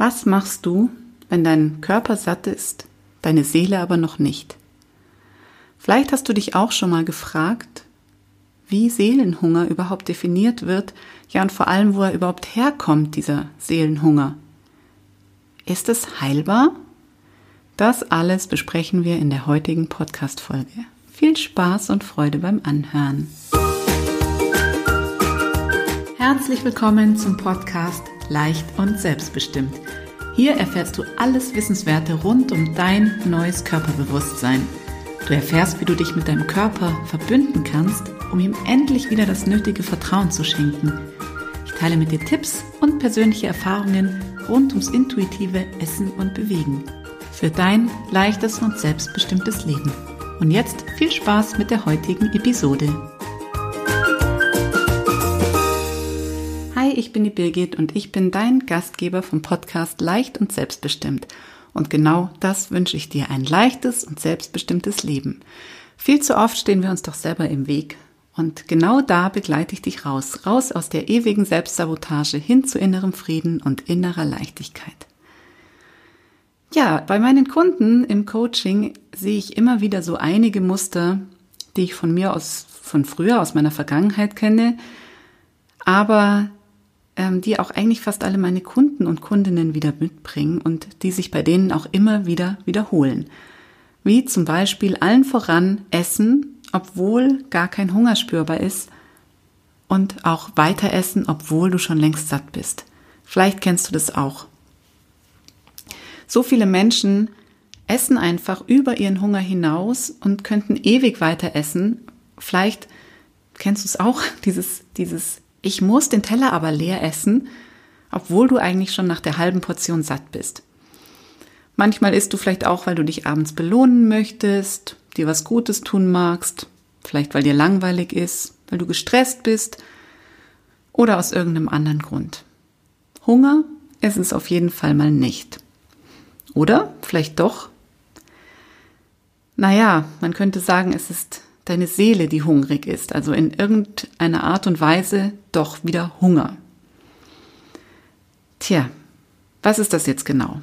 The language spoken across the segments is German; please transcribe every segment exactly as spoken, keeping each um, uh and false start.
Was machst du, wenn dein Körper satt ist, deine Seele aber noch nicht? Vielleicht hast du dich auch schon mal gefragt, wie Seelenhunger überhaupt definiert wird, ja und vor allem, wo er überhaupt herkommt, dieser Seelenhunger. Ist es heilbar? Das alles besprechen wir in der heutigen Podcast-Folge. Viel Spaß und Freude beim Anhören. Herzlich willkommen zum Podcast Leicht und Selbstbestimmt. Hier erfährst du alles Wissenswerte rund um dein neues Körperbewusstsein. Du erfährst, wie du dich mit deinem Körper verbünden kannst, um ihm endlich wieder das nötige Vertrauen zu schenken. Ich teile mit dir Tipps und persönliche Erfahrungen rund ums intuitive Essen und Bewegen. Für dein leichtes und selbstbestimmtes Leben. Und jetzt viel Spaß mit der heutigen Episode. Hi, ich bin die Birgit und ich bin dein Gastgeber vom Podcast Leicht und Selbstbestimmt. Und genau das wünsche ich dir, ein leichtes und selbstbestimmtes Leben. Viel zu oft stehen wir uns doch selber im Weg. Und genau da begleite ich dich raus, raus aus der ewigen Selbstsabotage hin zu innerem Frieden und innerer Leichtigkeit. Ja, bei meinen Kunden im Coaching sehe ich immer wieder so einige Muster, die ich von mir aus, von früher, aus meiner Vergangenheit kenne, aber ähm, die auch eigentlich fast alle meine Kunden und Kundinnen wieder mitbringen und die sich bei denen auch immer wieder wiederholen. Wie zum Beispiel allen voran Essen, obwohl gar kein Hunger spürbar ist, und auch weiter essen, obwohl du schon längst satt bist. Vielleicht kennst du das auch. So viele Menschen essen einfach über ihren Hunger hinaus und könnten ewig weiter essen. Vielleicht kennst du es auch, dieses, dieses Ich muss den Teller aber leer essen, obwohl du eigentlich schon nach der halben Portion satt bist. Manchmal isst du vielleicht auch, weil du dich abends belohnen möchtest, dir was Gutes tun magst, vielleicht weil dir langweilig ist, weil du gestresst bist oder aus irgendeinem anderen Grund. Hunger ist es auf jeden Fall mal nicht. Oder vielleicht doch? Naja, man könnte sagen, es ist deine Seele, die hungrig ist, also in irgendeiner Art und Weise doch wieder Hunger. Tja, was ist das jetzt genau?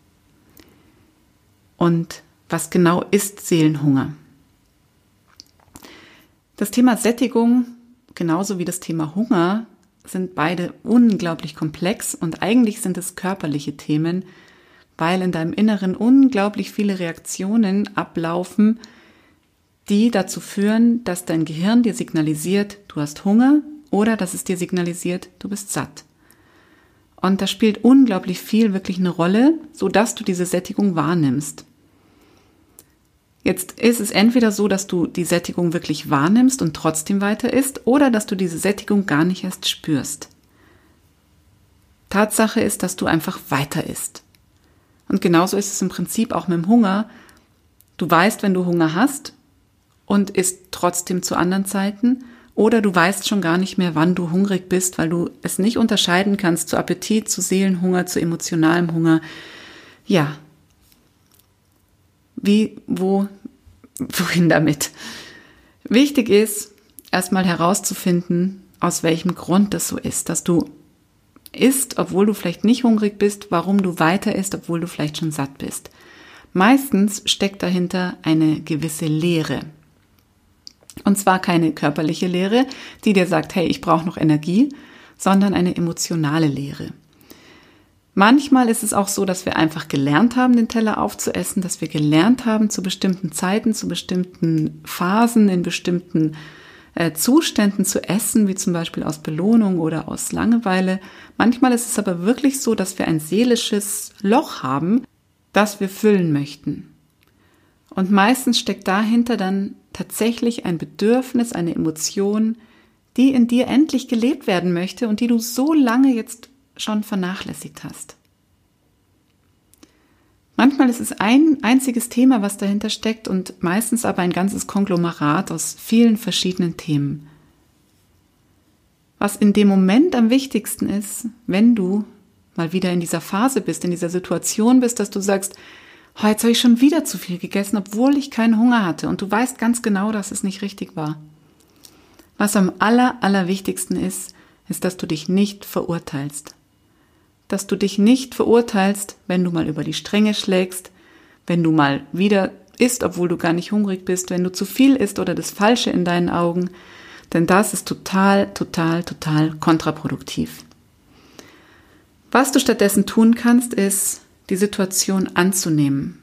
Und was genau ist Seelenhunger? Das Thema Sättigung, genauso wie das Thema Hunger, sind beide unglaublich komplex und eigentlich sind es körperliche Themen, weil in deinem Inneren unglaublich viele Reaktionen ablaufen, die dazu führen, dass dein Gehirn dir signalisiert, du hast Hunger oder dass es dir signalisiert, du bist satt. Und da spielt unglaublich viel wirklich eine Rolle, sodass du diese Sättigung wahrnimmst. Jetzt ist es entweder so, dass du die Sättigung wirklich wahrnimmst und trotzdem weiter isst oder dass du diese Sättigung gar nicht erst spürst. Tatsache ist, dass du einfach weiter isst. Und genauso ist es im Prinzip auch mit dem Hunger. Du weißt, wenn du Hunger hast und isst trotzdem zu anderen Zeiten oder du weißt schon gar nicht mehr, wann du hungrig bist, weil du es nicht unterscheiden kannst zu Appetit, zu Seelenhunger, zu emotionalem Hunger. Ja, wie, wo, wohin damit? Wichtig ist, erstmal herauszufinden, aus welchem Grund das so ist, dass du isst, obwohl du vielleicht nicht hungrig bist, warum du weiter isst, obwohl du vielleicht schon satt bist. Meistens steckt dahinter eine gewisse Leere. Und zwar keine körperliche Leere, die dir sagt, hey, ich brauche noch Energie, sondern eine emotionale Leere. Manchmal ist es auch so, dass wir einfach gelernt haben, den Teller aufzuessen, dass wir gelernt haben, zu bestimmten Zeiten, zu bestimmten Phasen, in bestimmten äh, Zuständen zu essen, wie zum Beispiel aus Belohnung oder aus Langeweile. Manchmal ist es aber wirklich so, dass wir ein seelisches Loch haben, das wir füllen möchten. Und meistens steckt dahinter dann tatsächlich ein Bedürfnis, eine Emotion, die in dir endlich gelebt werden möchte und die du so lange jetzt schon vernachlässigt hast. Manchmal ist es ein einziges Thema, was dahinter steckt und meistens aber ein ganzes Konglomerat aus vielen verschiedenen Themen. Was in dem Moment am wichtigsten ist, wenn du mal wieder in dieser Phase bist, in dieser Situation bist, dass du sagst, oh, jetzt habe ich schon wieder zu viel gegessen, obwohl ich keinen Hunger hatte und du weißt ganz genau, dass es nicht richtig war. Was am aller, allerwichtigsten ist, ist, dass du dich nicht verurteilst. dass du dich nicht verurteilst, wenn du mal über die Stränge schlägst, wenn du mal wieder isst, obwohl du gar nicht hungrig bist, wenn du zu viel isst oder das Falsche in deinen Augen, denn das ist total, total, total kontraproduktiv. Was du stattdessen tun kannst, ist, die Situation anzunehmen.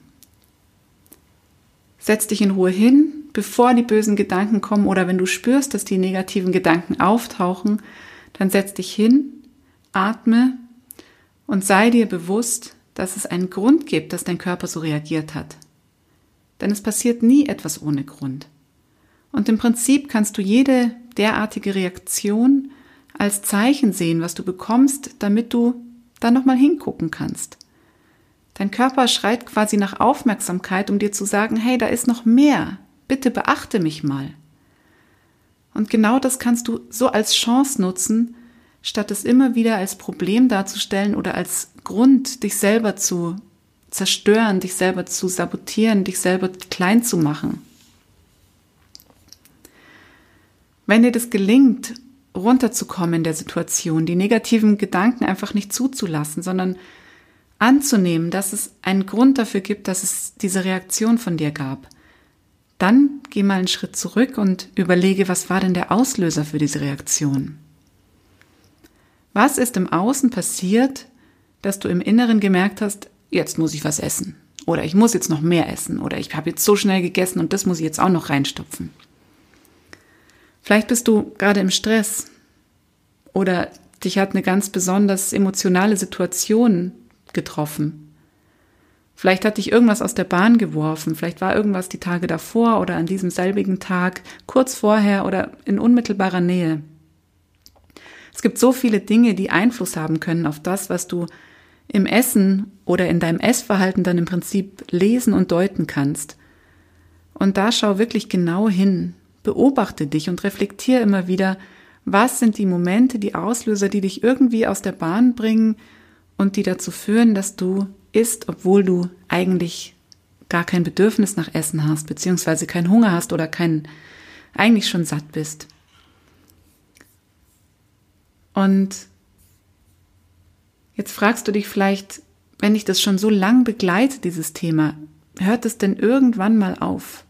Setz dich in Ruhe hin, bevor die bösen Gedanken kommen, oder wenn du spürst, dass die negativen Gedanken auftauchen, dann setz dich hin, atme und sei dir bewusst, dass es einen Grund gibt, dass dein Körper so reagiert hat. Denn es passiert nie etwas ohne Grund. Und im Prinzip kannst du jede derartige Reaktion als Zeichen sehen, was du bekommst, damit du da nochmal hingucken kannst. Dein Körper schreit quasi nach Aufmerksamkeit, um dir zu sagen, hey, da ist noch mehr, bitte beachte mich mal. Und genau das kannst du so als Chance nutzen, statt es immer wieder als Problem darzustellen oder als Grund, dich selber zu zerstören, dich selber zu sabotieren, dich selber klein zu machen. Wenn dir das gelingt, runterzukommen in der Situation, die negativen Gedanken einfach nicht zuzulassen, sondern anzunehmen, dass es einen Grund dafür gibt, dass es diese Reaktion von dir gab, dann geh mal einen Schritt zurück und überlege, was war denn der Auslöser für diese Reaktion? Was ist im Außen passiert, dass du im Inneren gemerkt hast, jetzt muss ich was essen oder ich muss jetzt noch mehr essen oder ich habe jetzt so schnell gegessen und das muss ich jetzt auch noch reinstopfen? Vielleicht bist du gerade im Stress oder dich hat eine ganz besonders emotionale Situation getroffen. Vielleicht hat dich irgendwas aus der Bahn geworfen, vielleicht war irgendwas die Tage davor oder an diesem selbigen Tag, kurz vorher oder in unmittelbarer Nähe. Es gibt so viele Dinge, die Einfluss haben können auf das, was du im Essen oder in deinem Essverhalten dann im Prinzip lesen und deuten kannst. Und da schau wirklich genau hin. Beobachte dich und reflektiere immer wieder, was sind die Momente, die Auslöser, die dich irgendwie aus der Bahn bringen und die dazu führen, dass du isst, obwohl du eigentlich gar kein Bedürfnis nach Essen hast, beziehungsweise keinen Hunger hast oder kein, eigentlich schon satt bist. Und jetzt fragst du dich vielleicht, wenn dich das schon so lang begleitet, dieses Thema, hört es denn irgendwann mal auf?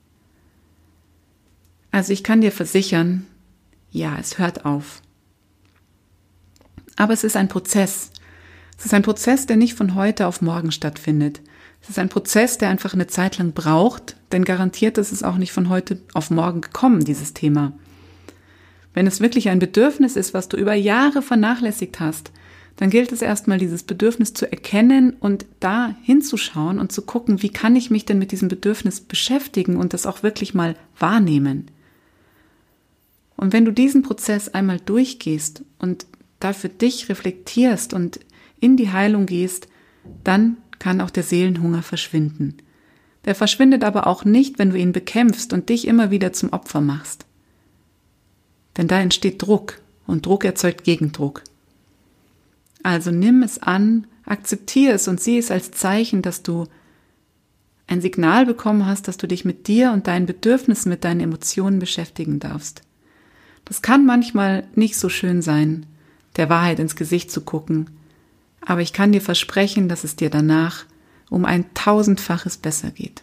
Also ich kann dir versichern, ja, es hört auf. Aber es ist ein Prozess. Es ist ein Prozess, der nicht von heute auf morgen stattfindet. Es ist ein Prozess, der einfach eine Zeit lang braucht, denn garantiert ist es auch nicht von heute auf morgen gekommen, dieses Thema. Wenn es wirklich ein Bedürfnis ist, was du über Jahre vernachlässigt hast, dann gilt es erstmal, dieses Bedürfnis zu erkennen und da hinzuschauen und zu gucken, wie kann ich mich denn mit diesem Bedürfnis beschäftigen und das auch wirklich mal wahrnehmen. Und wenn du diesen Prozess einmal durchgehst und da für dich reflektierst und in die Heilung gehst, dann kann auch der Seelenhunger verschwinden. Der verschwindet aber auch nicht, wenn du ihn bekämpfst und dich immer wieder zum Opfer machst. Denn da entsteht Druck und Druck erzeugt Gegendruck. Also nimm es an, akzeptiere es und sieh es als Zeichen, dass du ein Signal bekommen hast, dass du dich mit dir und deinen Bedürfnissen, mit deinen Emotionen beschäftigen darfst. Das kann manchmal nicht so schön sein, der Wahrheit ins Gesicht zu gucken, aber ich kann dir versprechen, dass es dir danach um ein tausendfaches besser geht.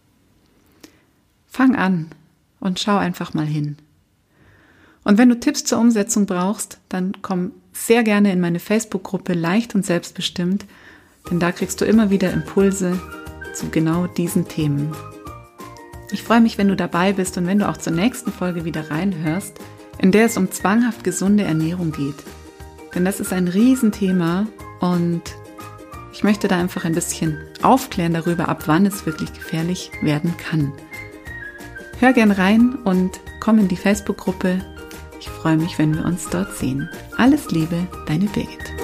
Fang an und schau einfach mal hin. Und wenn du Tipps zur Umsetzung brauchst, dann komm sehr gerne in meine Facebook-Gruppe Leicht und Selbstbestimmt, denn da kriegst du immer wieder Impulse zu genau diesen Themen. Ich freue mich, wenn du dabei bist und wenn du auch zur nächsten Folge wieder reinhörst, in der es um zwanghaft gesunde Ernährung geht. Denn das ist ein Riesenthema und ich möchte da einfach ein bisschen aufklären darüber, ab wann es wirklich gefährlich werden kann. Hör gern rein und komm in die Facebook-Gruppe. Ich freue mich, wenn wir uns dort sehen. Alles Liebe, deine Birgit.